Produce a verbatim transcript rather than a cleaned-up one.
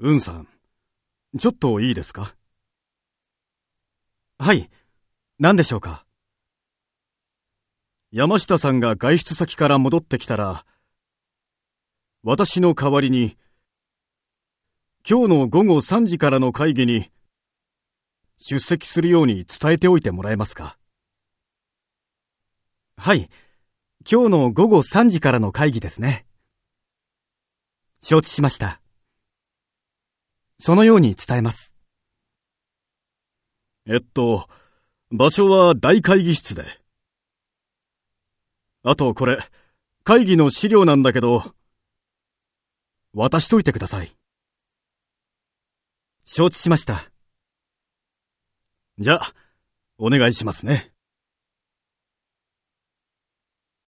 ウンさん、ちょっといいですか？ はい、何でしょうか？ 山下さんが外出先から戻ってきたら、私の代わりに、今日の午後さんじからの会議に出席するように伝えておいてもらえますか？ はい、今日の午後さんじからの会議ですね。承知しました。そのように伝えます。 えっと、場所は大会議室で。あとこれ、会議の資料なんだけど、渡しといてください。 承知しました。 じゃあ、お願いしますね。